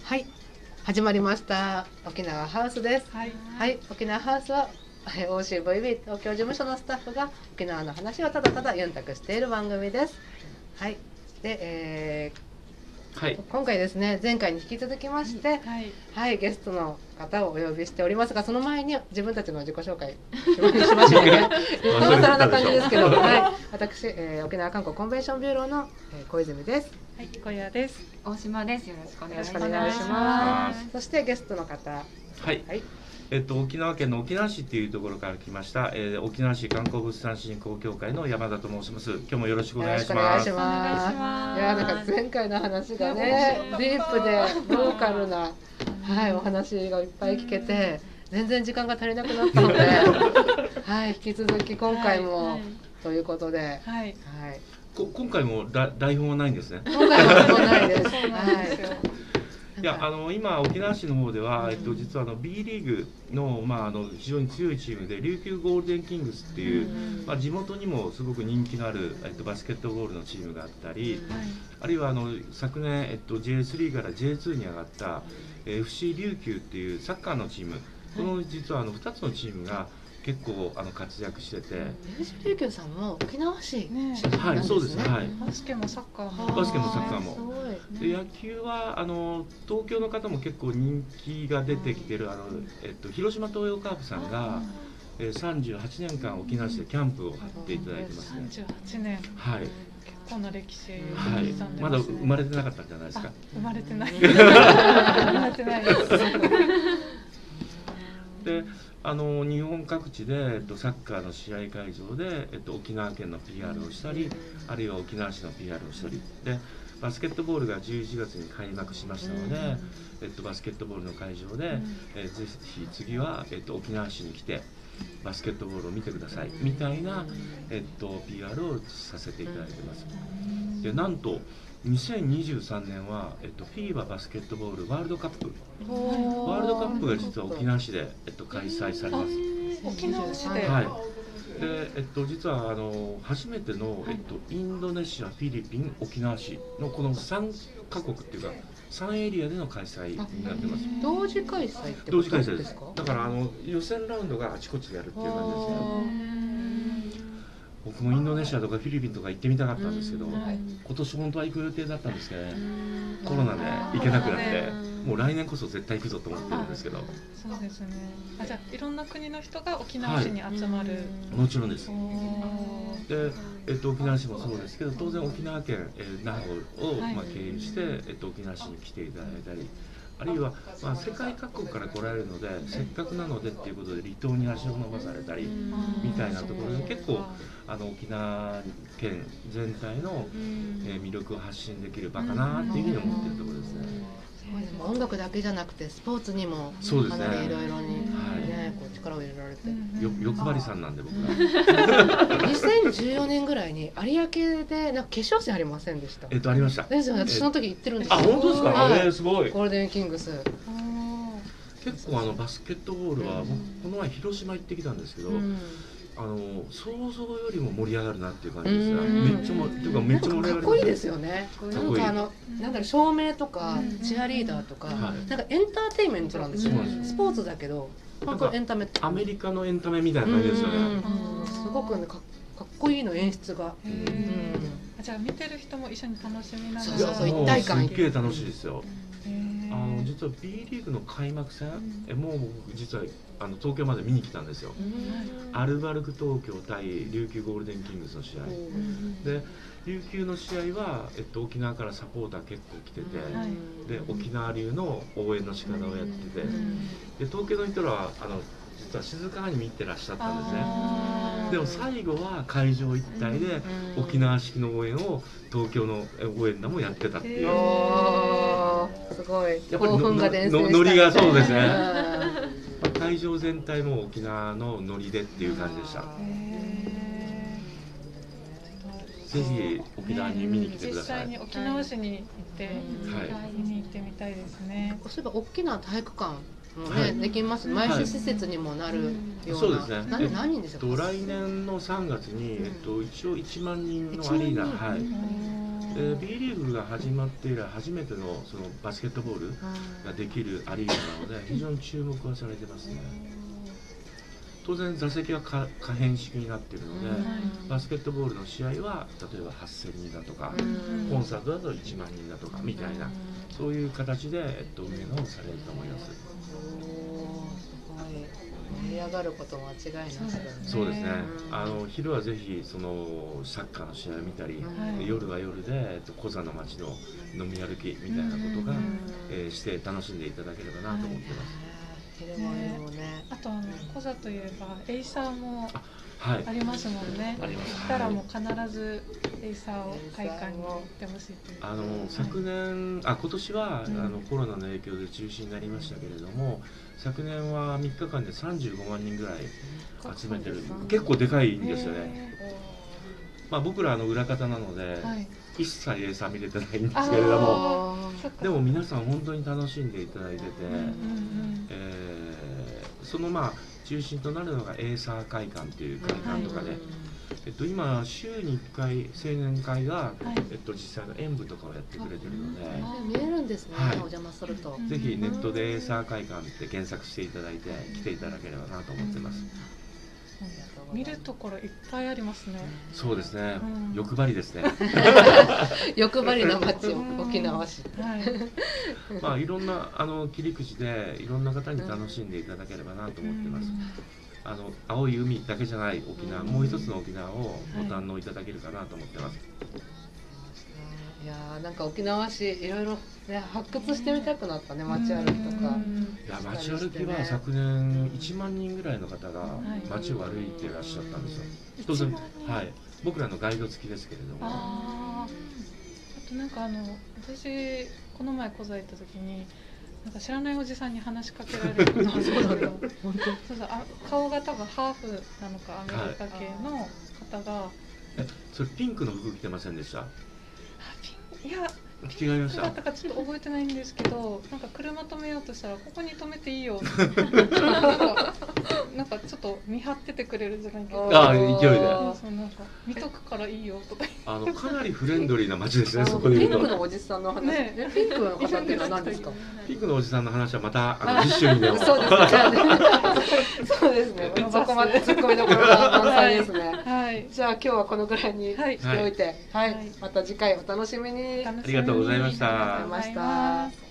はい、始まりました沖縄ハウスです。 はい、 はい、沖縄ハウスはOCVB 東京事務所のスタッフが沖縄の話をただただユンタクしている番組です。はい、で、 はい、 今回ですね、前回に引き続きまして、はい、ゲストの方をお呼びしておりますが、その前に自分たちの自己紹介しましょうね。なおさらな感じですけど、はい、私、沖縄観光コンベンションビューローの、小泉です。 はい、小屋です。 大島です。よろしくお願いします。そしてゲストの方、 はい、はい、沖縄県の沖縄市っていうところから来ました、沖縄市観光物産振興協会の山田と申します。今日もよろしくお願いします。 いや、なんか前回の話がね、ディープでローカルな、はい、お話がいっぱい聞けて、全然時間が足りなくなったので、はい、引き続き今回もということで、はい。 今回も台本はないんですね。 今回も台本ないです。 いや今沖縄市の方では、実はB リーグの、非常に強いチームで琉球ゴールデンキングスっていう、地元にもすごく人気のある、バスケットボールのチームがあったり、あるいは昨年、J3 から J2 に上がった、FC 琉球っていうサッカーのチーム、この実は2つのチームが結構活躍してて、 琉球さんも沖縄市ね。 はい、そうですね。はい。 バスケもサッカーも。 バスケもサッカーも。で野球は東京の方も結構人気が出てきてる広島東洋カープさんが38年間沖縄市でキャンプを張っていただいてますね。 38年。 はい。 結構な歴史。 はい。まだ生まれてなかったんじゃないですか。 生まれてない。生まれてないです。 で日本各地で、サッカーの試合会場で、沖縄県の PR をしたり、あるいは沖縄市の PR をしたりで、バスケットボールが11月に開幕しましたので、バスケットボールの会場で、ぜひ次は、沖縄市に来てバスケットボールを見てくださいみたいな、PR をさせていただいてます。でなんと2023年は、FIBA バスケットボールワールドカップが実は沖縄市で、開催されます。 沖縄市で、 はい。で実は初めての、インドネシア、フィリピン、沖縄市のこの3カ国っていうか3エリアでの開催になってます。 同時開催ってことですか？だから予選ラウンドがあちこちでやるっていう感じですね。僕もインドネシアとかフィリピンとか行ってみたかったんですけど、今年本当は行く予定だったんですけどね、コロナで行けなくなって、もう来年こそ絶対行くぞと思ってるんですけど。 そうですね。じゃあいろんな国の人が沖縄市に集まる。 もちろんです。で、沖縄市もそうですけど、当然沖縄県、那覇を、経由して、沖縄市に来ていただいたり。あるいは、世界各国から来られるので、せっかくなのでっていうことで離島に足を伸ばされたりみたいなところで結構沖縄県全体の魅力を発信できる場かなっていうふうに思っているところですね。 音楽だけじゃなくてスポーツにもかなりいろいろに力を入れられて、 欲張りさんなんで僕ら 2014年ぐらいに有明でなんか化粧水ありませんでした？ ありました。 ですよね。私その時行ってるんですよ。 あ、本当ですか？すごい。 ゴールデンキングス。 結構バスケットボールはこの前広島行ってきたんですけど、想像よりも盛り上がるなっていう感じですね。めっちゃ盛り上がる。 かっこいいですよね。なんかなんだろう、照明とかチアリーダーとか、なんかエンターテインメントなんですよ。スポーツだけど本当エンタメ。 アメリカのエンタメみたいな感じですよね。 すごくねかっこいいの演出が。 じゃあ見てる人も一緒に楽しみながら。 そう一体感。 すっげえ楽しいですよ。実は B リーグの開幕戦、もう僕実は東京まで見に来たんですよ。アルバルク東京対琉球ゴールデンキングスの試合で、琉球の試合は、沖縄からサポーター結構来てて、で沖縄流の応援の仕方をやってて、で東京の人らは実は静かに見てらっしゃったんですね。でも最後は会場一体で沖縄式の応援を東京の応援団もやってたっていう。 すごい。 やっぱりノリがそうですね。会場全体も沖縄のノリでっていう感じでした。ぜひ沖縄に見に来てください。 実際に沖縄市に行って見に行ってみたいですね。 そういえば大きな体育館もね、できます。毎週施設にもなるような。そうですね。何人でしょうか。 来年の3月に一応1万人のアリーナ、 B リーグが始まって以来初めてのそのバスケットボールができるアリーナなので非常に注目はされてますね。当然座席は可変式になっているので、バスケットボールの試合は例えば8000人だとか、コンサートだと1万人だとかみたいな、そういう形で、運営の方されると思います。 盛り上がること間違いなしだね。 そうですね。昼はぜひそのサッカーの試合を見たり、夜は夜でコザの街の飲み歩きみたいなことが、して楽しんでいただければなと思ってます。 あとコザといえばエイサーもありますもんね。行ったらもう必ずエイサーを会館に行ってほしいという。 今年は、コロナの影響で中止になりましたけれども、昨年は3日間で35万人ぐらい集めてる、結構でかいんですよね。僕ら裏方なので、一切エイサー見れてないんですけれども、でも皆さん本当に楽しんでいただいてて、その中心となるのがエイサー会館という会館とかで、今週に1回青年会が、実際の演舞とかをやってくれてるので、 見えるんですね、お邪魔すると。 ぜひネットでエイサー会館って検索していただいて来ていただければなと思ってます。 見るところいっぱいありますね。 そうですね。欲張りですね。 欲張りな街、沖縄市。 いろんな切り口でいろんな方に楽しんでいただければなと思ってます。青い海だけじゃない沖縄、もう一つの沖縄をご堪能いただけるかなと思ってます。 いやなんか沖縄市いろいろね発掘してみたくなったね、街歩きとか。 いや街歩きは昨年1万人ぐらいの方が街を歩いていらっしゃったんですよ。当然僕らのガイド付きですけれども。 あと私この前コザ行った時に知らないおじさんに話しかけられるんですけど、顔が多分ハーフなのかアメリカ系の方が。 それピンクの服着てませんでした？ いや違いました。だったかちょっと覚えてないんですけど、車止めようとしたらここに止めていいよなんかちょっと見張っててくれるじゃないけど、 勢いで見とくからいいよとかかなりフレンドリーな街ですね。そこでピンクのおじさんの話、ピンクの方っていうのは何ですか？ ピンクのおじさんの話はまた次週にでも。 そうですね。そこまでツッコミどころが満載ですね。じゃあ今日はこのぐらいにしておいて、また次回お楽しみに。 ありがとうございました。 ありがとうございました。